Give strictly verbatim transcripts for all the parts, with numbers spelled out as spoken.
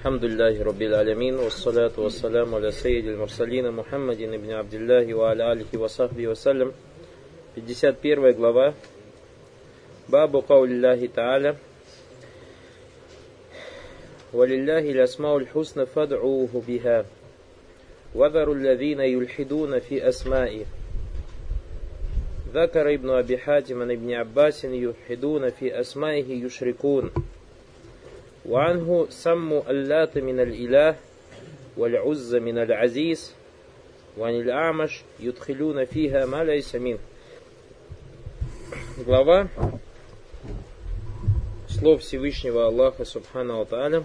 Алхамдулиллахи Раббил Алямин, вассаляту вассаляму аля сайидил мурсалина Мухаммадин ибн Абдиллахи ва аля алихи ва сахби вассалям. пятьдесят первая глава. Бабу каулиллахи та'аля. Валиллахи лясмауль хусна фад'уху биха. Вадару аллазина юльхидуна фи асмаи. ذكر ابن أبي حاتم عن ابن عباس يلحدون في أسمائه يشركون وعنه سموا اللات من الإله والعز من العزيز وعن الأعمش يدخلون فيها ما ليس منه. Глава слов Всевышнего Аллаха Субхану ва Тааля.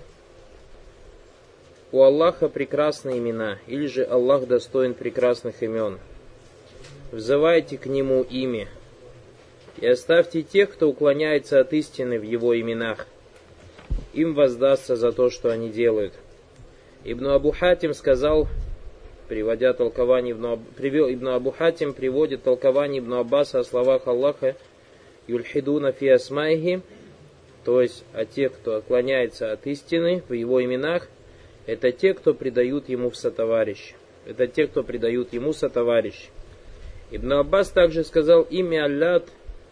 У Аллаха прекрасные имена, или же Аллах достоин прекрасных имен. Взывайте к Нему ими, и оставьте тех, кто уклоняется от истины в Его именах. Им воздастся за то, что они делают. Ибн Абу Хатим сказал, приводя толкование, привел, Ибн Абу Хатим приводит толкование Ибн Аббаса о словах Аллаха «Юльхидуна фи асмайхи», то есть о тех, кто отклоняется от истины в Его именах, это те, кто предают Ему в сотоварищ. Это те, кто предают Ему сотоварищ. Ибн Аббас также сказал имя Аллат,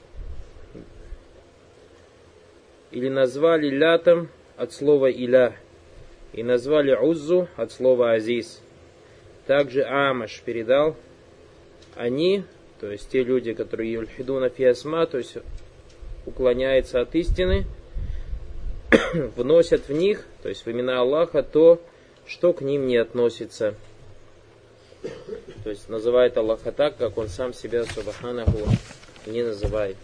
или назвали лятом от слова иля, и назвали Уззу от слова азиз. Также Амаш передал, они, то есть те люди, которые юльхидуна фи асма, то есть уклоняются от истины, вносят в них, то есть в имена Аллаха, то, что к ним не относится. То есть называет Аллаха так, как Он сам себя, субханаху, не называет.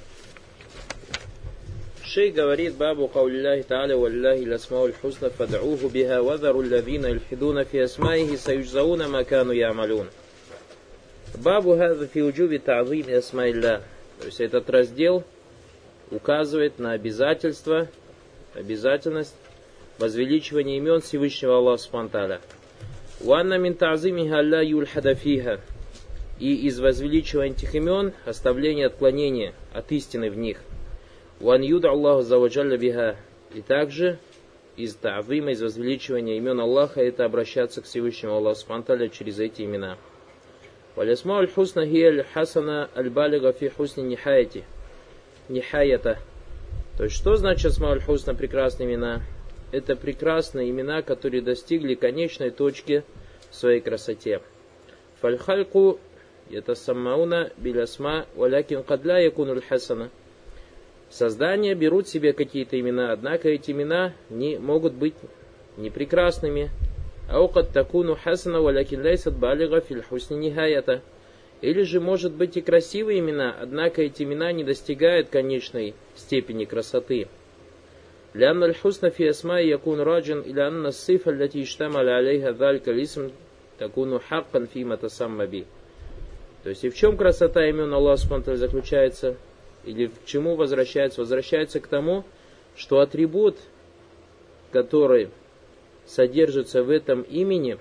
Шейх говорит, бабу каулиллахи та'аля валлахи лясмауль хусна фад'уху биха вадару аллазина юльхидуна фи асмаихи саюджзауна ма кану я'малун. Бабу хаза фи уджуби та'зими асмаилля. То есть этот раздел указывает на обязательство, обязательность возвеличивания имен Всевышнего Аллаха субхану ва тааля. Уанна мин та'зимиха алла юльхада фиха. И из возвеличивания этих имен оставление отклонения от истины в них. Уан юда Аллаху заваджалля биха. И также из та'зима, из возвеличивания имен Аллаха, это обращаться к Всевышнему Аллаху субхану ва тааля через эти имена. Валясмау аль-хусна хия аль-хасана аль-балига фи хусни нихаяти. Нихаята. То есть, что значит асмау аль-хусна, прекрасные имена? Это прекрасные имена, которые достигли конечной точки в своей красоте. Фальхальку ятасаммауна билясма валякин кадля якуну аль-хасана. Создания берут себе какие-то имена, однако эти имена не могут быть не прекрасными. Аукат такуну хасана валякин лайсат балига фил хусни нихаята. Или же, может быть, и красивые имена, однако эти имена не достигают конечной степени красоты. لأن الحسن في أسماء يكون راجعا إلى أن الصفة التي اشتمل عليها ذلك الاسم تكون حقا فيما تسمى به. То есть и в чем красота имен Аллаха субхану ва тааля заключается, или к чему возвращается? Возвращается к тому, что атрибут, который содержится в этом имени,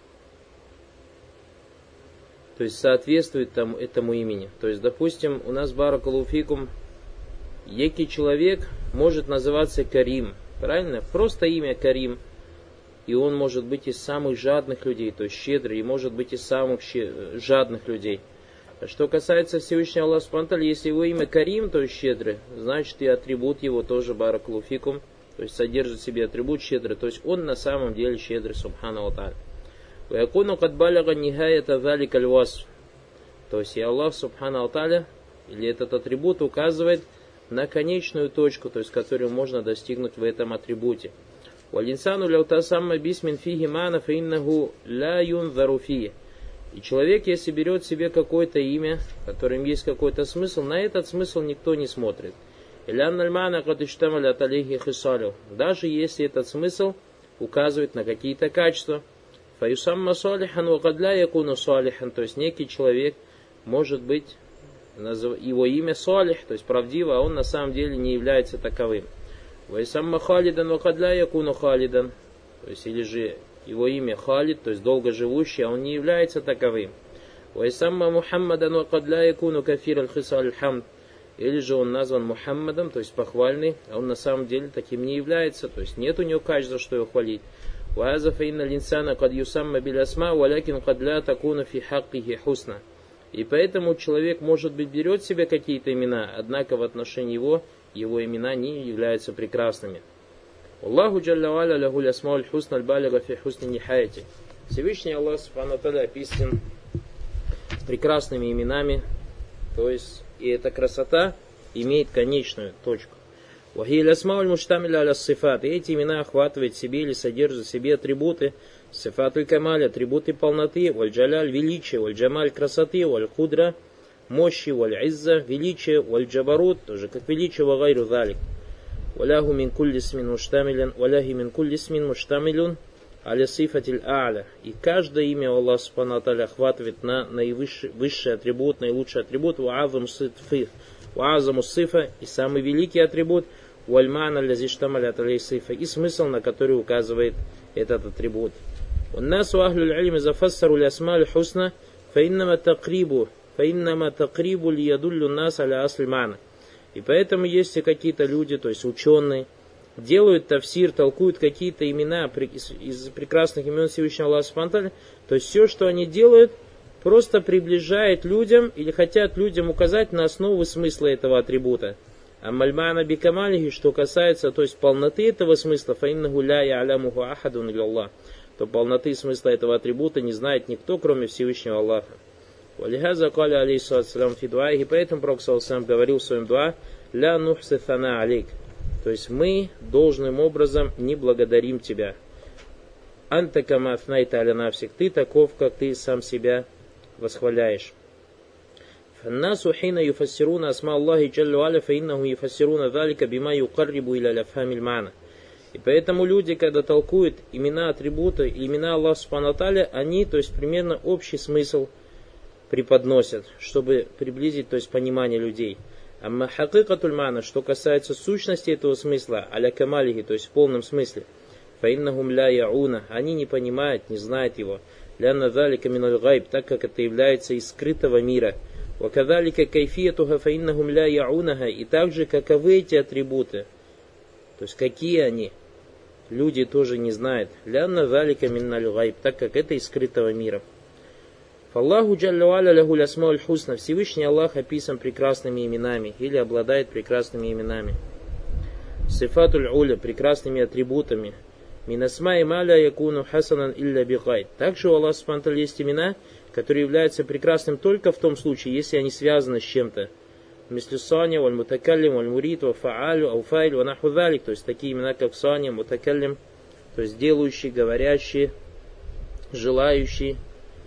то есть соответствует там, этому имени. То есть, допустим, у нас баракаллаху фикум, некий человек может называться Карим, правильно? Просто имя Карим. И он может быть из самых жадных людей, то есть щедрый, и может быть из самых жадных людей. Что касается Всевышнего Аллаха субхану ва тааля, если его имя Карим, то есть щедрый, значит и атрибут его тоже баракаллаху фикум, то есть содержит в себе атрибут щедрый, то есть он на самом деле щедрый, субхану ва тааля. وَيَكُونُ قَدْ بَلَغَ نِهَايَةَ ذَلِكَ الْوَصْفِ. То есть и Аллах субхану ва тааля, или этот атрибут указывает на конечную точку, то есть которую можно достигнуть в этом атрибуте. وَالْإِنسَانُ لَوْ تَسَمَّ بِاسْمٍ فِيهِ مَعْنًى فَإِنَّهُ لَا يُنْظَرُ فِيهِ. И человек, если берет себе какое-то имя, в котором есть какой-то смысл, на этот смысл никто не смотрит. إِلَّا أَنَّ الْمَعْنَى قَدْ اشْتَمَلَتْ عَلَيْهِ خِصَالُهُ. Даже если этот смысл указывает на какие-то качества. فَيُسَمَّ صَالِحًا وَقَدْ لَا يَكُونُ صَالِحًا. То есть некий человек может быть, его имя Салих, то есть правдиво, а он на самом деле не является таковым. Вайсамма Халидан вакадля якуну Халидан. То есть или же его имя Халид, то есть долгоживущий, а он не является таковым. Вайсамма Мухаммадан вакадля якуну кафир аль-хисаль хамд. Или же он назван Мухаммадом, то есть похвальный, а он на самом деле таким не является, то есть нет у него качества, что его хвалить. وهذا فإن الإنسان قد يسمى بالأسماء ولكن قد لا تكون في حقه حسنى. И поэтому человек, может быть, берет себе какие-то имена, однако в отношении его, его имена не являются прекрасными. Аллаху джалля ва аля лаху лясмауль хусна аль-балига фи хусни нихаяти. Всевышний Аллах субхану ва тааля описан прекрасными именами, то есть и эта красота имеет конечную точку. Вахи лясмауль муштамиля аля сифат. И эти имена охватывают в себе или содержат в себе атрибуты сифатуль камаль, атрибуты полноты, валь-джаляль, величие, валь-джамаль, красоты, валь-худра, мощи, валь-изза, величие, валь-джабарут, тоже как величие, вагайру залик. Валяху мин кулли смин муштамилен, валяхи мин кулли смин муштамилюн, аля сифатиль а'ля. И каждое имя Аллаха субхану ва тааля охватывает на наивысший высший атрибут, наилучший атрибут, ва'азаму сифа, ва'азаму сифа, и самый великий атрибут, валь-мана лязи штамалят алей сифа, и смысл, на который указывает этот атрибут. والناس وأهل العلم إذا فسروا الأسماء الحسنى فإنما تقريب فإنما تقريب ليدل الناس على أصل المعنى. И поэтому если какие-то люди, то есть ученые, делают тафсир, толкуют какие-то имена из прекрасных имен Всевышнего Аллаха субхану ва тааля, то есть все, что они делают, просто приближает людям или хотят людям указать на основу смысла этого атрибута. А мальмана бикамалихи, что касается, то есть полноты этого смысла, фаиннаху ля я'лямуху ахадун илля, то полноты смысла этого атрибута не знает никто, кроме Всевышнего Аллаха. Валихаза каля алейхиссалям фи дуа, и поэтому Пророк саллаллаху говорил в своем дуа: ля нухси сана алейк, то есть мы должным образом не благодарим тебя. Анта кама афнайта аля нафсик, ты таков, как ты сам себя восхваляешь. فالناس حين يفسرون أسماء الله جل وعلا فإنهم يفسرون ذلك بما يقرب إلى الأفهام المعنى. И поэтому люди, когда толкуют имена атрибута, имена Аллаха субхану ва тааля, они, то есть примерно общий смысл преподносят, чтобы приблизить, то есть понимание людей. Амма хакикатуль мана, что касается сущности этого смысла, аля камалихи, то есть в полном смысле, фаиннахум ля яуна, они не понимают, не знают его, лянна залика миналь гайб, так как это является из скрытого мира. Вакадалика кайфиятуха фаиннахум ля яунаха, и также каковы эти атрибуты, то есть какие они, люди тоже не знают. Лянна залика миналь гайб, так как это из скрытого мира. Фаллаху джалля ва аля лаху лясмауль хусна, Всевышний Аллах описан прекрасными именами или обладает прекрасными именами. Сифатуль уля, прекрасными атрибутами. Минасма и маля якуну хасанан илля бигайд. Также у Аллаха субхану ва тааля есть имена, которые являются прекрасным только в том случае, если они связаны с чем-то. Мислю Саня, валь мутакаллим, валь мурид, ва фаалю, ауфайль, ва наху залик. То есть такие имена, как Саня, мутакаллим, то есть делающий, говорящий, желающий,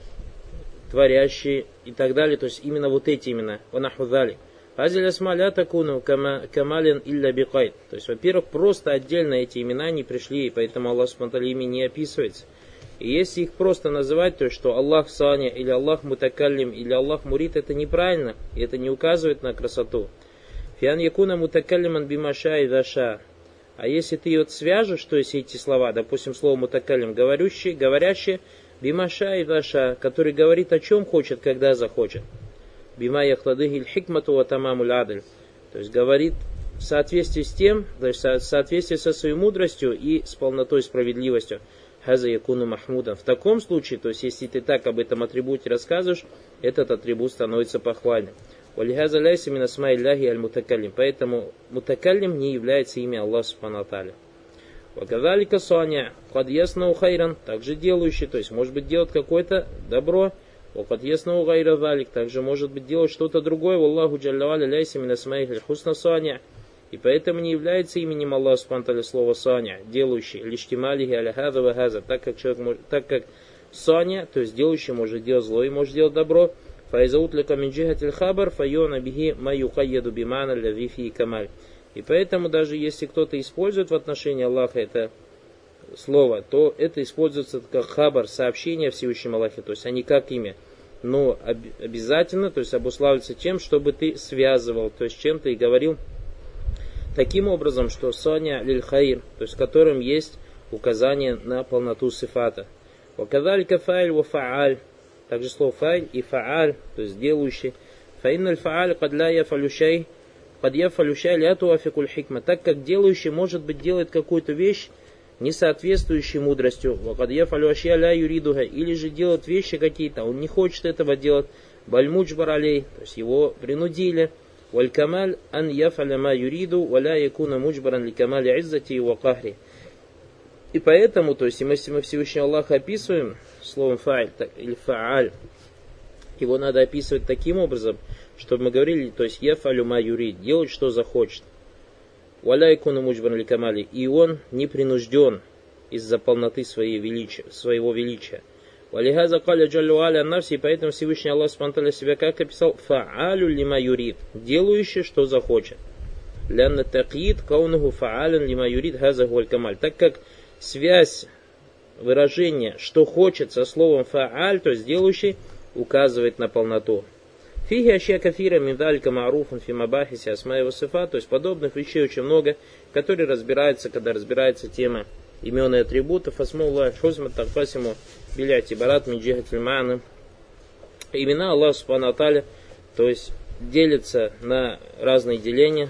творящий и так далее. То есть именно вот эти имена. Ва наху залик. Азиль асма ля такуну камалин илля бикайд. То есть, во-первых, просто отдельно эти имена не пришли, и поэтому Аллах субхану ва тааля ими не описывается. И если их просто называть, то есть, что Аллах Саня, или Аллах Мутакаллим, или Аллах Мурид, это неправильно, и это не указывает на красоту. Фиан якуна мутакаллиман бимаша и даша. А если ты вот свяжешь, то есть эти слова, допустим, слово мутакаллим, говорящий, говорящий, бимаша и даша, который говорит о чем хочет, когда захочет. Бима яхладыхиль хикмату ва тамамуль адль. То есть говорит в соответствии с тем, то есть в соответствии со своей мудростью и с полнотой справедливостью. Хаза якуну махмудан. В таком случае, то есть если ты так об этом атрибуте рассказываешь, этот атрибут становится похвальным. Валихаза ляйса мин асмаилляхи аль-мутакаллим. Поэтому мутакаллим не является имя Аллаха субхану ва тааля. Ваказалика саня кад яснау хайран, также делающий, то есть может быть делать какое-то добро. Вакад яснау гайра залик, также может быть делать что-то другое. Валлаху джалля ва аля ляйса мин асмаихиль хусна саня. И поэтому не является именем Аллаха субхану ва тааля слово саня, делающий, лиштималихи аля хаза ва хаза, так как человек может, так как саня, то есть делающий может делать зло и может делать добро. Файзаутлика мин джихатиль хабар файона бихи ма юкайяду бимана ляви фи камаль. И поэтому даже если кто-то использует в отношении Аллаха это слово, то это используется как хабар, сообщение Всевышнему Аллахе, то есть а не как имя. Но обязательно, то есть обуславливается тем, чтобы ты связывал, то есть чем-то и говорил таким образом, что саня лиль хаир, то есть в котором есть указание на полноту сифата. Вакадалька фа'аль ва фа'аль, также слово фа'аль и фа'аль, то есть делающий. Фа'инналь фа'аль кад ля яфалю шай, кад яфалю шай ля туафикуль хикма, так как делающий может быть делает какую-то вещь, не соответствующей мудростью, вакад яфалю ашья ля юридуха, или же делать вещи какие-то, он не хочет этого делать, баль муджбар алей, то есть его принудили, валь камаль ан яфаля ма юриду, валя якуна муджбаран ли камали иззати ва кахри. И поэтому, то есть, если мы Всевышнего Аллаха описываем словом фа'аль или фа'аль, его надо описывать таким образом, чтобы мы говорили, то есть, яфалю ма юрид, делать, что захочет. Валя якуна муджбаран ли камали, и он не принужден из-за полноты своей величия, своего величия. Валихаза каля джаллю аля навси, и поэтому Всевышний Аллах спонтанно себя как описал, фа'алю лима юрид, делающий, что захочет. Лянна такид каунуху фа'ален лима юрид хаза гуаль камаль, так как связь выражения, что хочет, со словом фа'аль, то есть делающий, указывает на полноту. Фиги ашья кафира миндалька ма'руфун фи мабахиси асма ва сифат, то есть подобных вещей очень много, которые разбираются, когда разбирается тема имен и атрибутов. Асмауллах хузмат такфасиму биляти барат мин джихатиль ма'на. Имена Аллаха субхану ва тааля, то есть делятся на разные деления,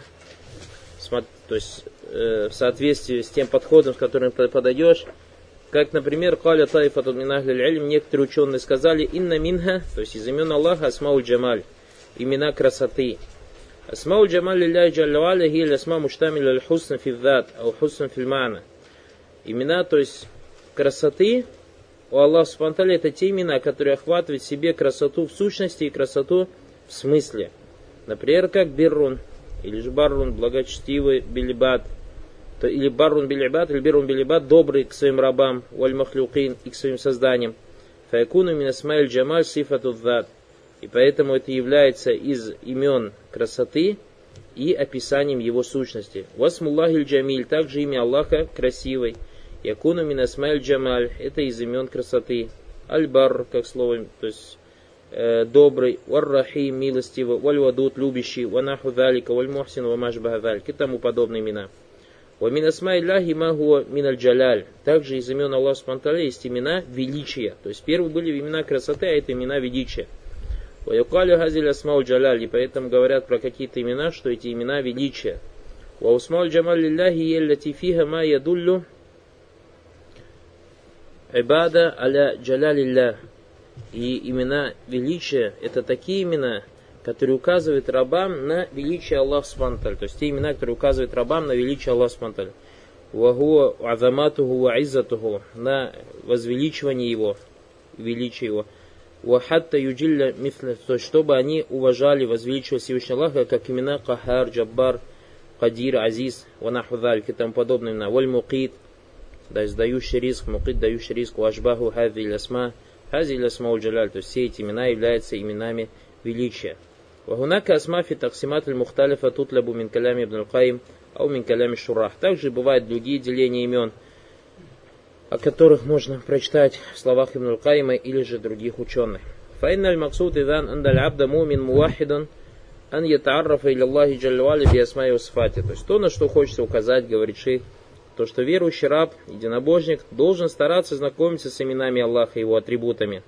то есть в соответствии с тем подходом, с которым ты подойдешь. Как, например, каля таифату мин ахлиль илм, некоторые ученые сказали, инна минха, то есть из имен Аллаха, асмауль джамаль, имена красоты. Асмауль джамаль лилляхи джалля ва аля хия асма муштамиля аль хусна фи дат, ау хусна фил ма'на. Имена, то есть красоты у Аллаха субхану ва тааля, это те имена, которые охватывают в себе красоту в сущности и красоту в смысле. Например, как биррун, или же баррун, благочестивый, билибат, или баррун билибат, или биррун билибат, добрый к своим рабам, валь махлюкин, и к своим созданиям. Фаякуну мин асмаиль джамаль сифату дат. И поэтому это является из имен красоты и описанием его сущности. Васмуллахиль джамиль, также имя Аллаха красивый. Якуну мин асмаиль джамаль, это из имен красоты. Аль-бар, как слово, то есть э, добрый, вар-рахим, милостивый, валь-вадут, любящий, ванаху залика, валь-мухсин, вамашбаха залик, и тому подобные имена. Ва мин асмаилляхи ма хуа мин аль-джаляль, также из имен Аллаха субхану ва тааля есть имена величия. То есть первые были имена красоты, а это имена величия. Ва юкалю хазиль асмауль джаляль, и поэтому говорят про какие-то имена, что эти имена величия. Ва усмауль джамаль лилляхи еллати фиха ма ядуллю ибада аля джалялилля. И имена величия, это такие имена, которые указывают рабам на величие Аллаха субхану ва тааля. То есть те имена, которые указывают рабам на величие Аллаха субхану ва тааля. Ва хуа азаматуху ва иззатуху, на возвеличивание его, величие его. Ва хатта юджилля мисля, то есть чтобы они уважали, возвеличивали Всевышнего Аллаха, как имена Кахар, Джаббар, Кадир, Азиз, ва наху залик, и тому подобные имена. Валь мукит, да, дающий риск, мукит, дающий риск, вашбаху хази лясма, хази лясма уль-джаляль, то есть все эти имена являются именами величия. Вагунака асма фи таксимат аль-мухталифа тутлябу мин калями ибн аль-Каим, ау мин калями шурах. Также бывают другие деления имен, о которых можно прочитать в словах ибн аль-Каима или же других ученых. Фаинна аль-максуд идан андаль абда мумин муахидан ан ятааррафа иля Аллахи джалля ва аля би асмаи ва сифати. То есть то, на что хочется указать, говорит шейх, то, что верующий раб, единобожник, должен стараться знакомиться с именами Аллаха и его атрибутами.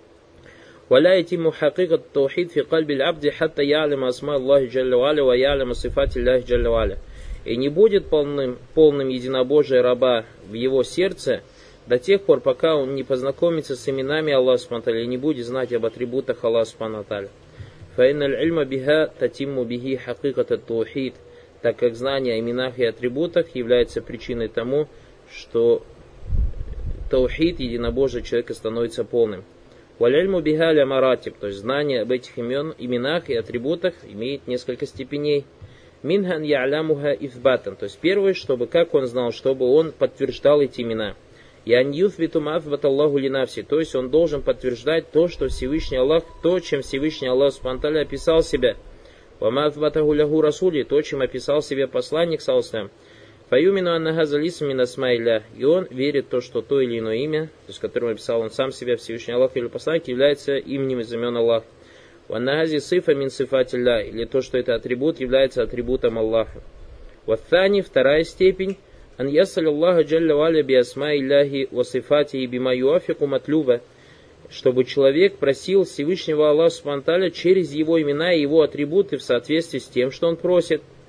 ولا يتم حقيقة التوحيد في قلب العبد حتى يعلم أسماء الله جل وعلا ويعلم صفات الله جل وعلا. И не будет полным, полным единобожие раба в его сердце до тех пор, пока он не познакомится с именами Аллаха субхану ва тааля и не будет знать об атрибутах Аллаха субхану ва тааля. فإن العلم بها تتم به حقيقة التوحيد, так как знание о именах и атрибутах является причиной тому, что таухид, единобожие человека, становится полным. Валяльму бихаля маратиб, то есть знание об этих имен, именах и атрибутах имеет несколько степеней. Минхан я'лямуха ифбатан, то есть первое, чтобы как он знал, чтобы он подтверждал эти имена. Ян юфбиту ма'афбат Аллаху линавси, то есть он должен подтверждать то, что Всевышний Аллах, то, чем Всевышний Аллах субхану ва тааля описал себя. Ва ма'афбатаху лаху расули, то, чем описал себя посланник саллаллаху алейхи ва саллям. Фаюмину анна газа лисм мин асмаилля, и он верит в то, что то или иное имя, то есть которым описал он сам себя, Всевышний Аллах или посланник, является именем из имен Аллаха. Ванна гази сифа мин сифатилля, или то, что это атрибут, является атрибутом Аллаха. Ваттани, вторая степень, ан ясаль Аллаха джалля ва аля би асмаилляхи ва сифати бима юафику матлюба, чтобы человек просил Всевышнего Аллаха субхану ва тааля через его имена и его атрибуты в соответствии с тем, что он просит.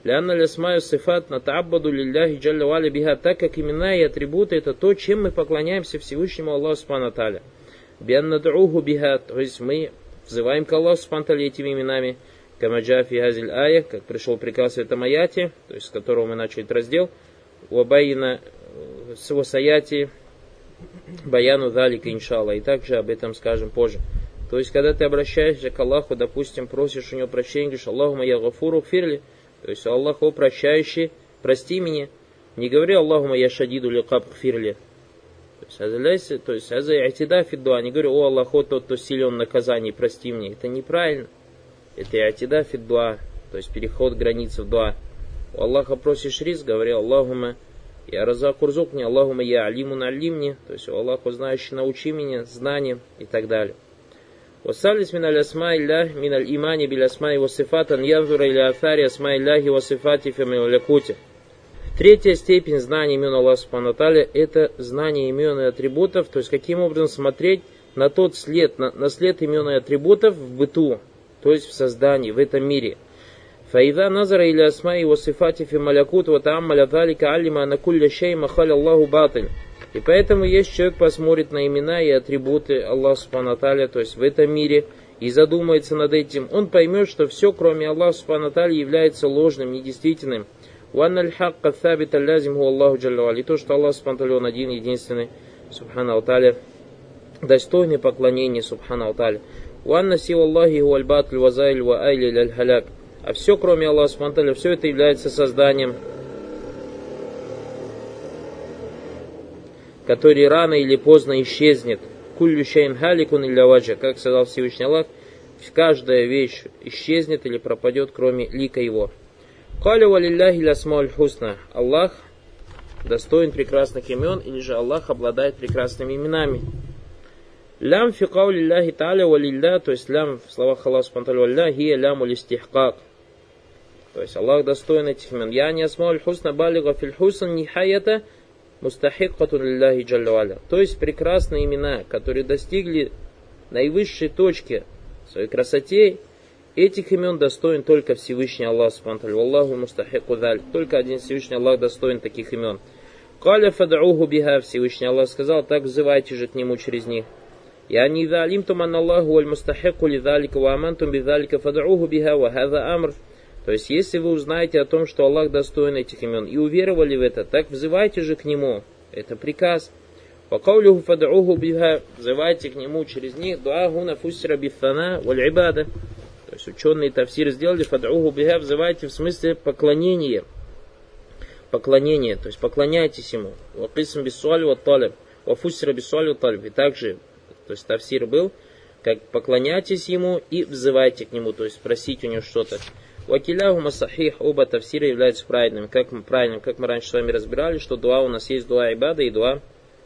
Лянна лясмаю сифат натаббаду лилляхи джалля валя биха, так как имена и атрибуты это то, чем мы поклоняемся Всевышнему Аллаху субхану ва тааля. Биан над'уху биха, то есть мы взываем к Аллаху субхану ва тааля этими именами. Камаджа фи газиль ая, как пришел приказ в этом аяте, то есть с которого мы начали этот раздел. Уабайна с васаяти баяну далика иншалла. И также об этом скажем позже. То есть, когда ты обращаешься к Аллаху, допустим, просишь у него прощения, говоришь: Аллахума я гафуру фирли, то есть, Аллах, о прощающий, прости меня. Не говори: Аллахума я шадиду ликаб фирли. То есть, аза атида фиддуа. Не говори: о Аллах, о тот, кто силен в наказании, прости мне. Это неправильно. Это атида фиддуа, то есть переход границы в дуа. У Аллаха просишь ризк, говори: Аллахума я разак урзукни, Аллахума я алимун алимни, то есть у Аллаха знающий, научи меня знанием и так далее. Вассалис миналь асма иллях миналь имани биль асма и васифатан янзура или афари асма илляхи васифати фамилякути. Третья степень знания имен Аллаха субхану ва тааля — это знание имен и атрибутов, то есть каким образом смотреть на тот след, на, на след имен и атрибутов в быту, то есть в создании, в этом мире. Фаида назара или асма и васифати фамилякут ва тааммаля залика алима на кулля шей махаль Аллаху батиль. И поэтому, если человек посмотрит на имена и атрибуты Аллаха субхану ва тааля, то есть в этом мире, и задумается над этим, он поймет, что все, кроме Аллаха субхану ва тааля, является ложным, недействительным. Уанналь хакка thабит аллазим ху Аллаху джалля ва аля. И то, что Аллах субхану ва тааля, он один, единственный, субхану ва тааля, достойный поклонения, субхану ва тааля. Уанна сива Аллахи ху аль-батль ва зайль ва айли ляль-халяк. А все, кроме Аллаха субхану ва тааля, все это является созданием, который рано или поздно исчезнет. Куллю шейн халикун илля ваджа, как сказал Всевышний Аллах, каждая вещь исчезнет или пропадет, кроме лика его. Каля валилляхи лясмауль хусна. Аллах достоин прекрасных имен, или же Аллах обладает прекрасными именами. Лям фи каулилляхи тааля валилля, то есть лям в словах Аллаха субхану ва тааля валилля, хия ляму листихкак. То есть Аллах достоин этих имен. Я не асмауль хусна балига филь хусн нихаята мустахиккатун лилляхи джалля ва аля. То есть прекрасные имена, которые достигли наивысшей точки в своей красоте, этих имен достоин только Всевышний Аллах субхану ва тааля. Валлаху мустахику заль. Только один Всевышний Аллах достоин таких имен. Каля фад'уху биха. Всевышний Аллах сказал: так взывайте же к нему через них. Я не залимтум ан Аллаху валь мустахику лидалика ва амантум бидалика фад'уху биха ва хаза амр. То есть, если вы узнаете о том, что Аллах достоин этих имен, и уверовали в это, так взывайте же к Нему. Это приказ. Вакаулюху фад'уху биха. Взывайте к Нему через них. Дуа гуна фуссира бифтана валь ибада. То есть, ученые тафсир сделали фад'уху биха. Взывайте в смысле поклонения. Поклонение. То есть, поклоняйтесь Ему. Вакисм биссуаль ва талиб. Вафуссира биссуаль ва талиб. И также, то есть, тафсир был, как поклоняйтесь Ему и взывайте к Нему. То есть, просите у Него что-то. Вакиляхума сахих, оба тафсира являются правильными. Как мы, правильным, как мы раньше с вами разбирали, что дуа у нас есть дуа ибада и дуа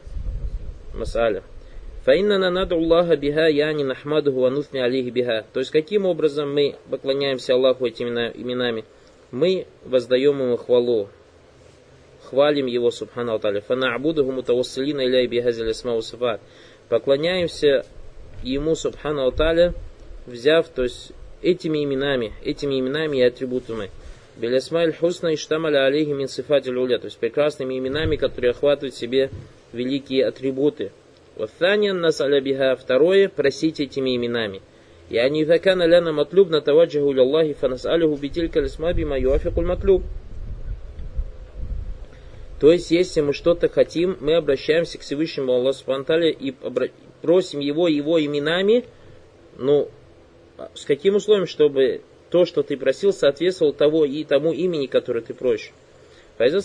масаля. Фаиннана наду Аллаха биха яни нахмадуху вануфни алихи биха. То есть, каким образом мы поклоняемся Аллаху этими именами? Мы воздаем Ему хвалу, хвалим Его, субхану ва тааля. Фана'будуху мутавассилина иляй бихазиль асма ва сифат. Поклоняемся Ему, субхану ва тааля, взяв, то есть, этими именами, этими именами и атрибутами. Билясмайль хусна иштамаля алейхи мин сифатиль уля, то есть прекрасными именами, которые охватывают в себе великие атрибуты. Вафтанян насаля биха. Второе, просить этими именами. Я не закана ляна матлуб на таваджаху ляллахи фанасалюху битилька лисма бима юафикуль матлуб. То есть, если мы что-то хотим, мы обращаемся к Всевышнему Аллаху субхану ва тааля и просим Его, Его именами, ну, с каким условием, чтобы то, что ты просил, соответствовало того и тому имени, которое ты просишь. Поэтому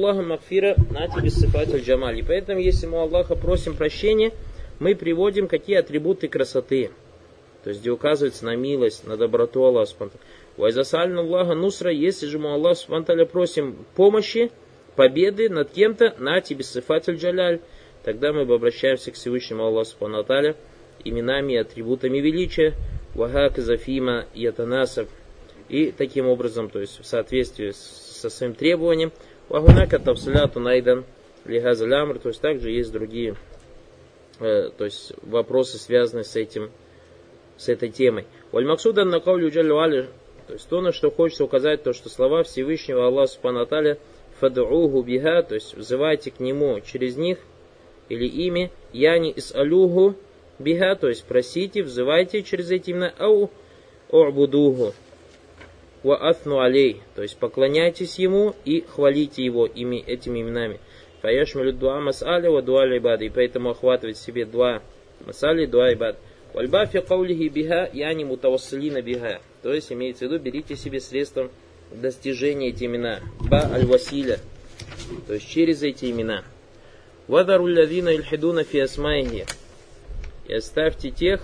если мы у Аллаха просим прощения, мы приводим какие атрибуты красоты, то есть где указывается на милость, на доброту Аллаха субхану ва тааля. Нусра, если же мы у Аллаха субхану ва тааля просим помощи, победы над кем-то, на тебе сифатиль джаляль, тогда мы обращаемся к Всевышнему Аллаху субхану ва тааля именами и атрибутами величия. Вахак зафима ятанасов. И таким образом, то есть в соответствии со своим требованием, вагунака тавсиляту найдан лихазаль амр, то есть также есть другие э, то есть вопросы, связанные с этим, с этой темой. Валь максудан на кавлю джаллю аля То есть то, на что хочется указать, то, что слова Всевышнего Аллаха Субхану ва Тааля фад'уху биха, то есть взывайте к Нему через них, или ими, яни ис'алюху биха, то есть просите, взывайте через эти имена, ау у'будуху ва афну алей, то есть поклоняйтесь Ему и хвалите Его ими, этими именами. Фаяшмалю дуа мас'али ва дуа ибады, и поэтому охватывает в себе дуа мас'али, дуа ибад. Вальба фи каулихи биха яни мутавассилина биха, то есть имеется в виду, берите себе средством достижения эти имена. Ба аль-василя, то есть через эти имена. Вадару лавина ильхидуна фи асмайхи, и оставьте тех,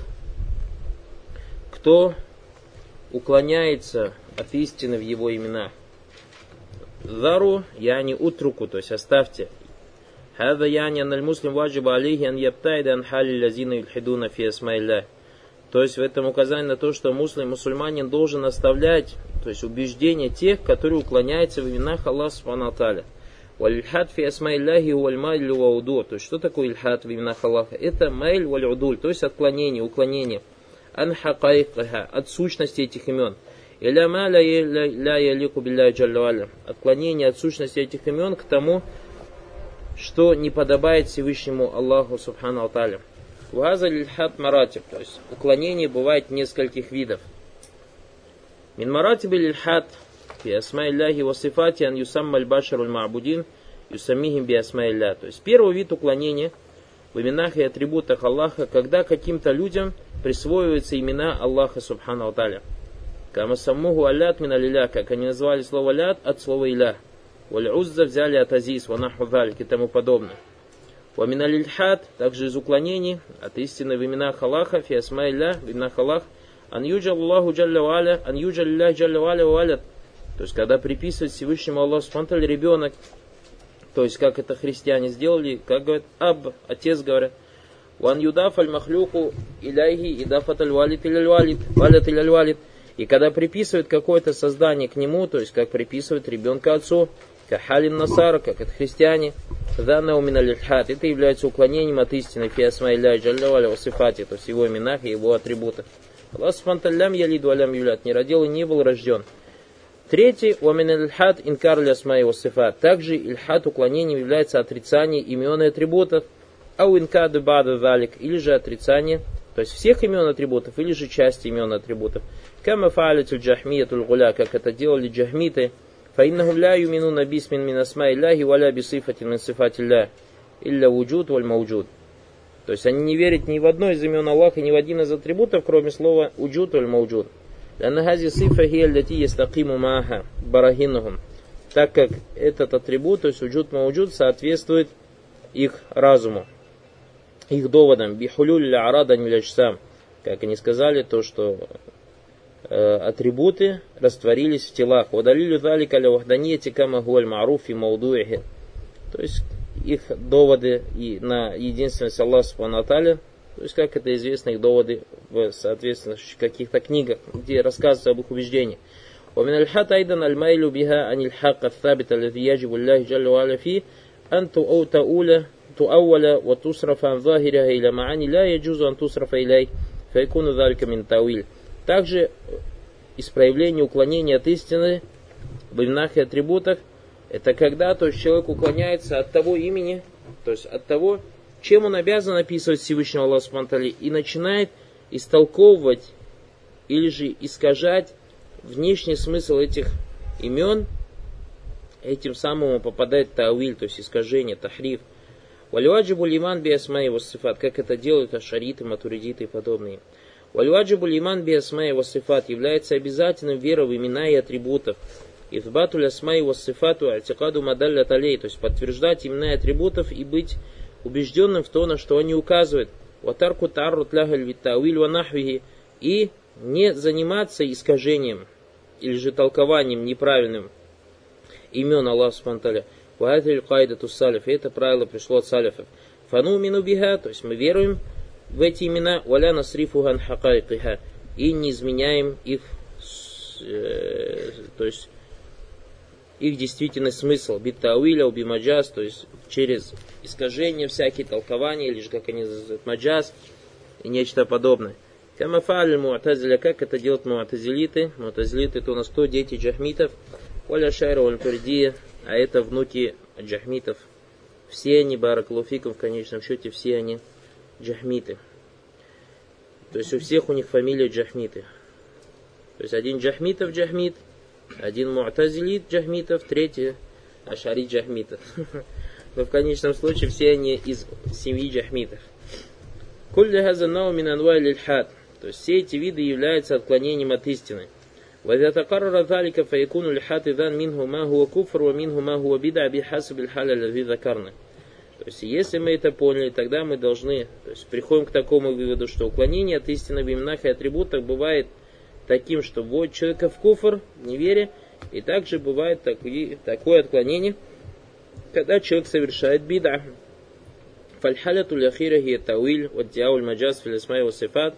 кто уклоняется от истины в его именах. Зару яни утруку, то есть оставьте. Хада яни аналь муслим ваджиба алейхи ан ябтайда ан хали лазина ильхидуна фи асмайля. То есть в этом указание на то, что муслим, мусульманин должен оставлять, то есть убеждение тех, которые уклоняются в именах Аллаха Субхану ва Тааля. Валь-ильхад фи асмаилляхи валь-майль ва-удуль. То есть что такое ильхад в именах Аллаха? Это майль валь-удуль, то есть отклонение, уклонение. Ан хакайкаха, от сущности этих имен. Иля ма ла ялику билляхи джалля ва аля. Отклонение от сущности этих имен к тому, что не подобает Всевышнему Аллаху Субхану ва Тааля. Ваза лильхад маратиб, то есть уклонение бывает нескольких видов. Мин маратиб лильхад фи асмаилляхи ва сифати ан юсамма аль-башару аль-ма'будин юсаммихим би асмаилля. То есть первый вид уклонения в именах и атрибутах Аллаха, когда каким-то людям присвоиваются имена Аллаха Субхану ва Тааля. Кама саммуху алят мин алиля, как они назвали слово лят от слова иля. Валь-узза взяли от азиз, ва наху залик и тому подобное. Ва мин аль-ильхад, также из уклонений от истины в именах Аллаха, фи асмаилля, в именах Аллаха, ан юджа Аллаху джалля ва аля, ан юджа лиллахи джалля ва аля ва алят. То есть, когда приписывают Всевышнему Аллаху Субхану ва Тааля ребенок, то есть, как это христиане сделали, как говорят, аб, отец говорят, ван юдаф аль-махлюку иляйхи идафат аль-валид иль-аль-валид, валят иль-аль-валид. И когда приписывают какое-то создание к нему, то есть, как приписывают ребенка отцу, как халин насара, как это христиане, данна умин аль-ильхад, это является уклонением от истины, фи асмаилляхи джалля ва аля ва сифати, то есть, его именах и его атрибутах. Аллах Субхану ва Тааля лям ялид ва лям юлят, не родил и не был рожден. Третий, уамин аль-ильхад инкар ля асмаи ва сифат. Также ильхад уклонением является отрицание имен и атрибутов, ау инкаду бада залик, или же отрицание, то есть всех имен и атрибутов, или же части имен и атрибутов. Кама фаалятуль джахмиятуль гуля, как это делали джахмиты, фаиннахум ля юминуна бисмин мин асмаилляхи ва ля бисифатин мин сифатилля, илля вуджуд валь мауджуд. То есть они не верят ни в одно из имен Аллаха, ни в один из атрибутов, кроме слова уджуд валь мауджуд. Так как этот атрибут, то есть уджуд мауджуд, соответствует их разуму, их доводам. Бихулюль арада миляджсам, как они сказали, то, что э, атрибуты растворились в телах. Вадалилю залика ля вахданияти кама гуаль маруф и маудуихи. То есть их доводы и на единственность Аллаха Субхану ва Тааля, то есть, как это известно, их доводы в, соответственно, каких-то книгах, где рассказывается об их убеждении. ومن الحق أيضا الميل بها عن الحق الثابت الذي يجب الله جل وعلا فيه أن تؤول تؤول وتصرف عن ظاهرها إلى معاني لا يجوز أن تصرف إليه فيكون ذلك من تأويل. Также из проявления уклонения от истины в именах и атрибутах, это когда, то есть, человек уклоняется от того имени, то есть от того, чем он обязан описывать Всевышнего Аллаха Субхану ва Тааля, и начинает истолковывать или же искажать внешний смысл этих имен, этим самым попадает та'виль, то есть искажение, тахриф. Валюаджибу лиман би асмаи ва сифат, как это делают ашариты, матуридиты и подобные. Валюаджибу лиман би асмаи ва сифат является обязательным вера в имена и атрибутов. Ифбатуль асмаи ва сифату атикаду мадалля талей, то есть подтверждать имена и атрибутов и быть убежденным в то, на что они указывают. Ватарку таррут лягаль виттауиль ва нахвихи, и не заниматься искажением или же толкованием неправильным имен Аллаха Субхану ва Тааля. Ваатиль кайдату салиф, это правило пришло от салифов. Фану мину биха, то есть мы веруем в эти имена, валя насрифу ган хакайкиха, и не изменяем их, э, то есть их действительный смысл, биттауиля, убимаджаз, то есть через искажения всякие, толкования, или же как они называют, маджаз и нечто подобное. Камафаль муатазиля, как это делают муатазилиты. Муатазилиты это у нас кто? Дети джахмитов. Оля шайра вальтурдия, а это внуки джахмитов. Все они, баракалуфикум, в конечном счете, все они джахмиты. То есть у всех у них фамилия джахмиты. То есть один джахмитов джахмит, один муатазилит джахмитов, третий ашари джахмитов. Но в конечном случае все они из семьи джахмитов. Кулли хаза нау мин анвай лильхад. То есть все эти виды являются отклонением от истины. وإذا تقرر ذلك فيكون الحاد إذن منه ما هو كفر ومنه ما هو بدع بحسب الحال الذي ذكرنا. То есть, если мы это поняли, тогда мы должны, то есть, приходим к такому выводу, что уклонение от истины в именах и атрибутах бывает таким, что вводит человека в куфр, в неверие, и также бывает такие, такое отклонение, когда человек совершает бида. Фальхаляту ляхира хия тауиль, ваддиауль маджаз фил асмай ва сифат,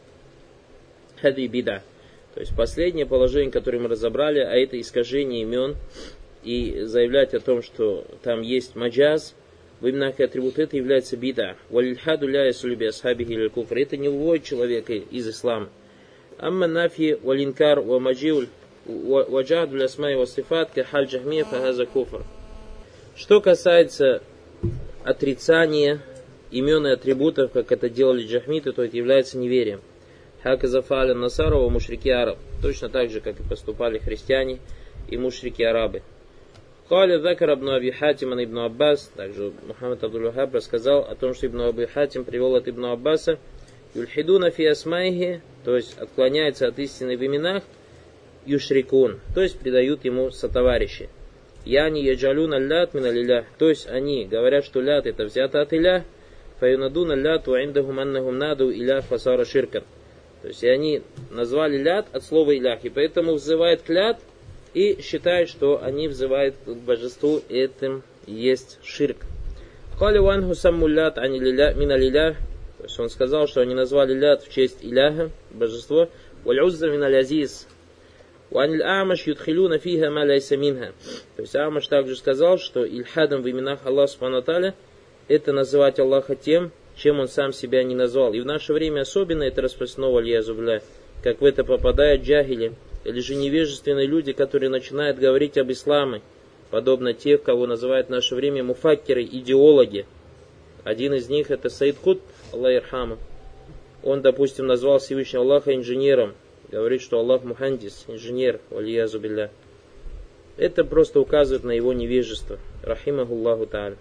хади бида. То есть последнее положение, которое мы разобрали, а это искажение имен и заявлять о том, что там есть маджаз в именах и атрибутах, это является бида. Валильхаду ля ясулюби асхабихи лиль куфр. Это не выводит человека из ислама. Амма нафи валинкар ва маджиуль ваджаду ля асмай ва сифат кахаль джахмия фахаза куфр. Что касается отрицания имен и атрибутов, как это делали джахмиты, то это является неверием. Хаказафаля Насарова мушрики араб. Точно так же, как и поступали христиане и мушрики арабы. Каля закар ибн Аби Хатим ибн Аббас. Также Мухаммад Абдул-Вахаб рассказал о том, что ибн Аби Хатим привел от ибн Аббаса. Юльхидуна фи асмайхи, то есть отклоняется от истины в именах. Юшрикун, то есть придают ему сотоварищи. Яни яджалюна лят мина лилях, то есть они говорят, что лят это взято от илях. Фаюнадуна ляту индахум аннахум наду илях фасара ширкан. То есть и они назвали лят от слова илях, и поэтому взывает к лят и считают, что они взывают к божеству, и этим есть ширк. Кали ванху самму лят ани мина лилях, то есть он сказал, что они назвали лят в честь иляха, божество, валь узза мина лязиз, ваниль амаш ютхилюна фиха ма ляйса минха. То есть Амаш также сказал, что ильхадом в именах Аллаха субхану ва тааля это называть Аллаха тем, чем он сам себя не назвал. И в наше время особенно это распространено, вальязубля, как в это попадают джахили, или же невежественные люди, которые начинают говорить об исламе, подобно тех, кого называют в наше время муфаккеры, идеологи. Один из них это Саид Кут, Аллах ирхаму. Он, допустим, назвал Всевышнего Аллаха инженером, говорит, что Аллах мухандис, инженер, вальязубля. Это просто указывает на его невежество. Рахимахуллаху та'аля.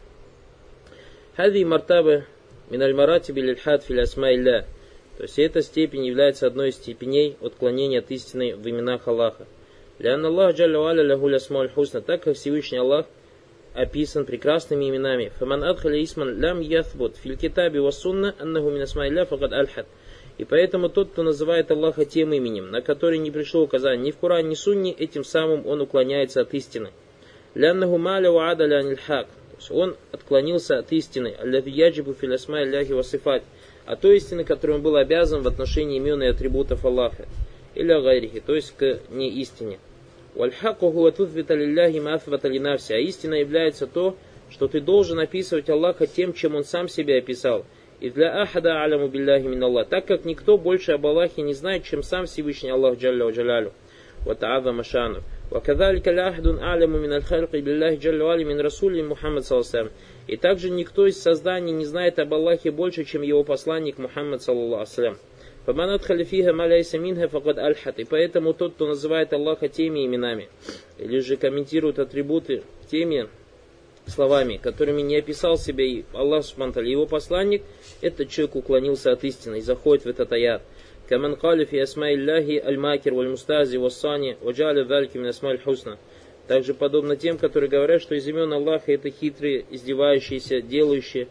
Хади мартаба миналь маратиби лильхад фил асма илля. То есть эта степень является одной из степеней отклонения от истины в именах Аллаха. Лянна Аллах джалля ва аля лаху асмауль хусна, так как Всевышний Аллах описан прекрасными именами. Фаман адхаля исман лям яthбут фил китаби ва сунна аннаху мин асма илля факад альхад. И поэтому тот, кто называет Аллаха тем именем, на который не пришло указание ни в Коране, ни в Сунне, этим самым он уклоняется от истины. Ляннаху маля ва адаля аниль хак. Он отклонился от истины, аллази яджибу фил асма илляхи ва сифат, от той истины, которой он был обязан в отношении имен и атрибутов Аллаха, или гайрихи, то есть к неистине. Вальхаку хуа тутвита лилляхи ма аthбата линавси, а истина является то, что ты должен описывать Аллаха тем, чем он сам себя описал. И для ахада аляму билляхи мин Аллах, так как никто больше об Аллахе не знает, чем сам Всевышний Аллах джалля ва джалялю, ва та'адха машану. وكذلك لا أحد أعلم من الخلق بالله جل وعلا من رسول محمد صلى الله عليه وسلم. И также никто из созданий не знает об Аллахе больше, чем его посланник Мухаммад саллаллаху алейхи ва саллям. فمن أدخل فيها ما ليس منها فقد ألحد. И поэтому тот, кто называет Аллаха теми именами, или же комментирует атрибуты теми словами, которыми не описал себя и Аллах субхану ва тааля, его посланник, этот человек уклонился от истины и заходит в этот аят. كمن قال في أسماء الله الماكر والمستهزئ والصانع وجعل ذلك من أسماء الحسنى. Также подобно тем, которые говорят, что из имен Аллаха это хитрые, издевающиеся, делающие,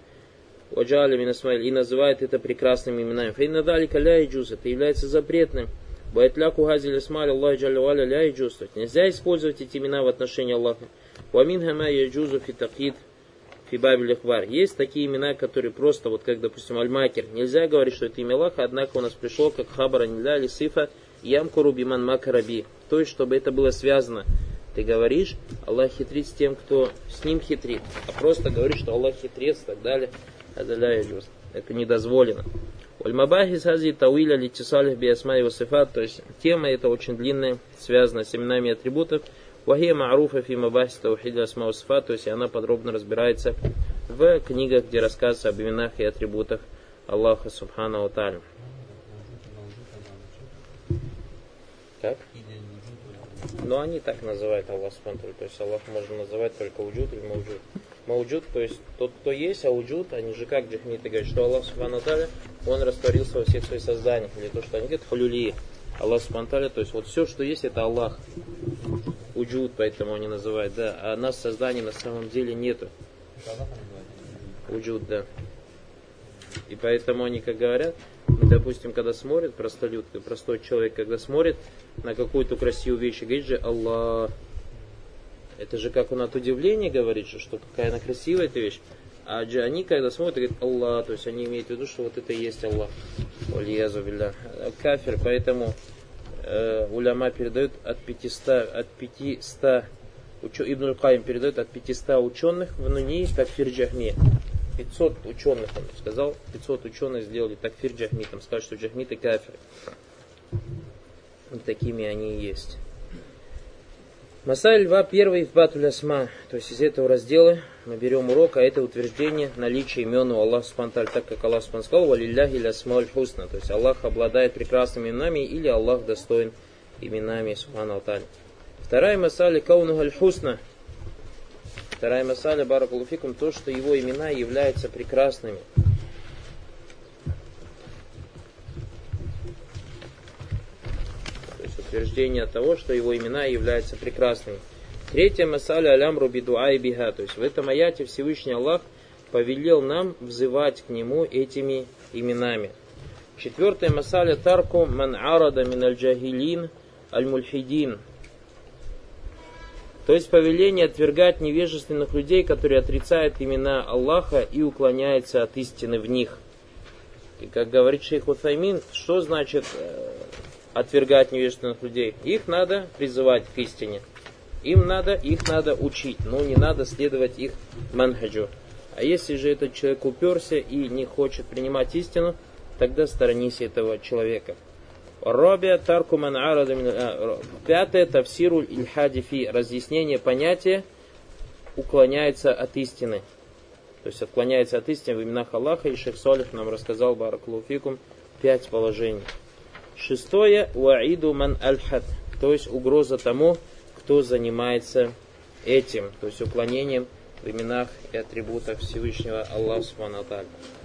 وجعل من أسماء, и называют это прекрасными именами. فإن ذلك لا يجوز, это является запретным. وإطلاق هذه الأسماء لله جل وعلا لا يجوز. Нельзя использовать эти имена в отношении Аллаха. ومنها ما يجوز في تقييد في باب الإخبار. Есть такие имена, которые просто, вот как, допустим, Аль-Макер. Нельзя говорить, что это имя Аллаха, однако у нас пришло как хабара нилля или сифа ямкуру биман макараби. То есть, чтобы это было связано. Ты говоришь, Аллах хитрит с тем, кто с ним хитрит. А просто говоришь, что Аллах хитрец и так далее. Это недозволено. Валь-мабахис хази тауиля литтисалих би асмаи ва сифат, то есть тема эта очень длинная, связана с именами и атрибутов. Вахия ма'руфа фи мабахис таухида асма ва сифат, то есть она подробно разбирается в книгах, где рассказывается об именах и атрибутах Аллаха субхану ва тааля. Как? Но они так называют Аллах субхану ва тааля, то есть Аллах можно называть только уджуд или мауджуд. Мауджуд, то есть тот, кто есть, а уджуд, они же как джахмиты говорят, что Аллах субхану ва тааля, он растворился во всех своих созданиях, или то, что они говорят, хулюли, Аллах субхану ва тааля, то есть вот все, что есть, это Аллах. Уджуд, поэтому они называют, да, а нас созданий на самом деле нету. Уджуд, да. И поэтому они, как говорят, допустим, когда смотрит простолюд, простой человек, когда смотрит на какую-то красивую вещь, говорит же Аллах. Это же как он от удивления говорит, что, что какая она красивая эта вещь. А они, когда смотрят, говорят Аллах, то есть они имеют в виду, что вот это и есть Аллах. Валиязу билля. Кафир, поэтому э, уляма передают от пятисот, от пятисот, Ибн аль-Каим передает от пятисот ученых в Нуни такфир джахми. пятьсот ученых, он сказал, пятьсот ученых сделали такфир джахмитом, сказали, что джахмиты кафиры. И такими они и есть. Масаль два, первый в Батуль Асма, то есть из этого раздела мы берем урок, а это утверждение наличия имен у Аллаха субхану ва тааля, так как Аллах субхану сказал, валилляхи лясмауль хусна, то есть Аллах обладает прекрасными именами или Аллах достоин именами субхану ва тааля. Вторая масаля каунуха аль-хусна. Вторая масаля, баракаллаху фикум, то, что его имена являются прекрасными. То есть утверждение того, что его имена являются прекрасными. Третья масаля алямру бидуай биха. То есть в этом аяте Всевышний Аллах повелел нам взывать к нему этими именами. Четвертая масаля тарку ман арада мин аль-джахилин аль-мульхидин. То есть повеление отвергать невежественных людей, которые отрицают имена Аллаха и уклоняются от истины в них. И как говорит шейх Утаймин, что значит э, отвергать невежественных людей? Их надо призывать к истине. Им надо, их надо учить, но не надо следовать их манхаджу. А если же этот человек уперся и не хочет принимать истину, тогда сторонись этого человека. Рабия тарку ман арада мин. Пятое, тавсируль ильхади фи, разъяснение понятия уклоняется от истины. То есть отклоняется от истины в именах Аллаха, и шейх Салих нам рассказал, баракаллаху фикум, пять положений. Шестое, уаиду ман альхад, то есть угроза тому, кто занимается этим, то есть уклонением в именах и атрибутах Всевышнего Аллаха субхану ва тааля.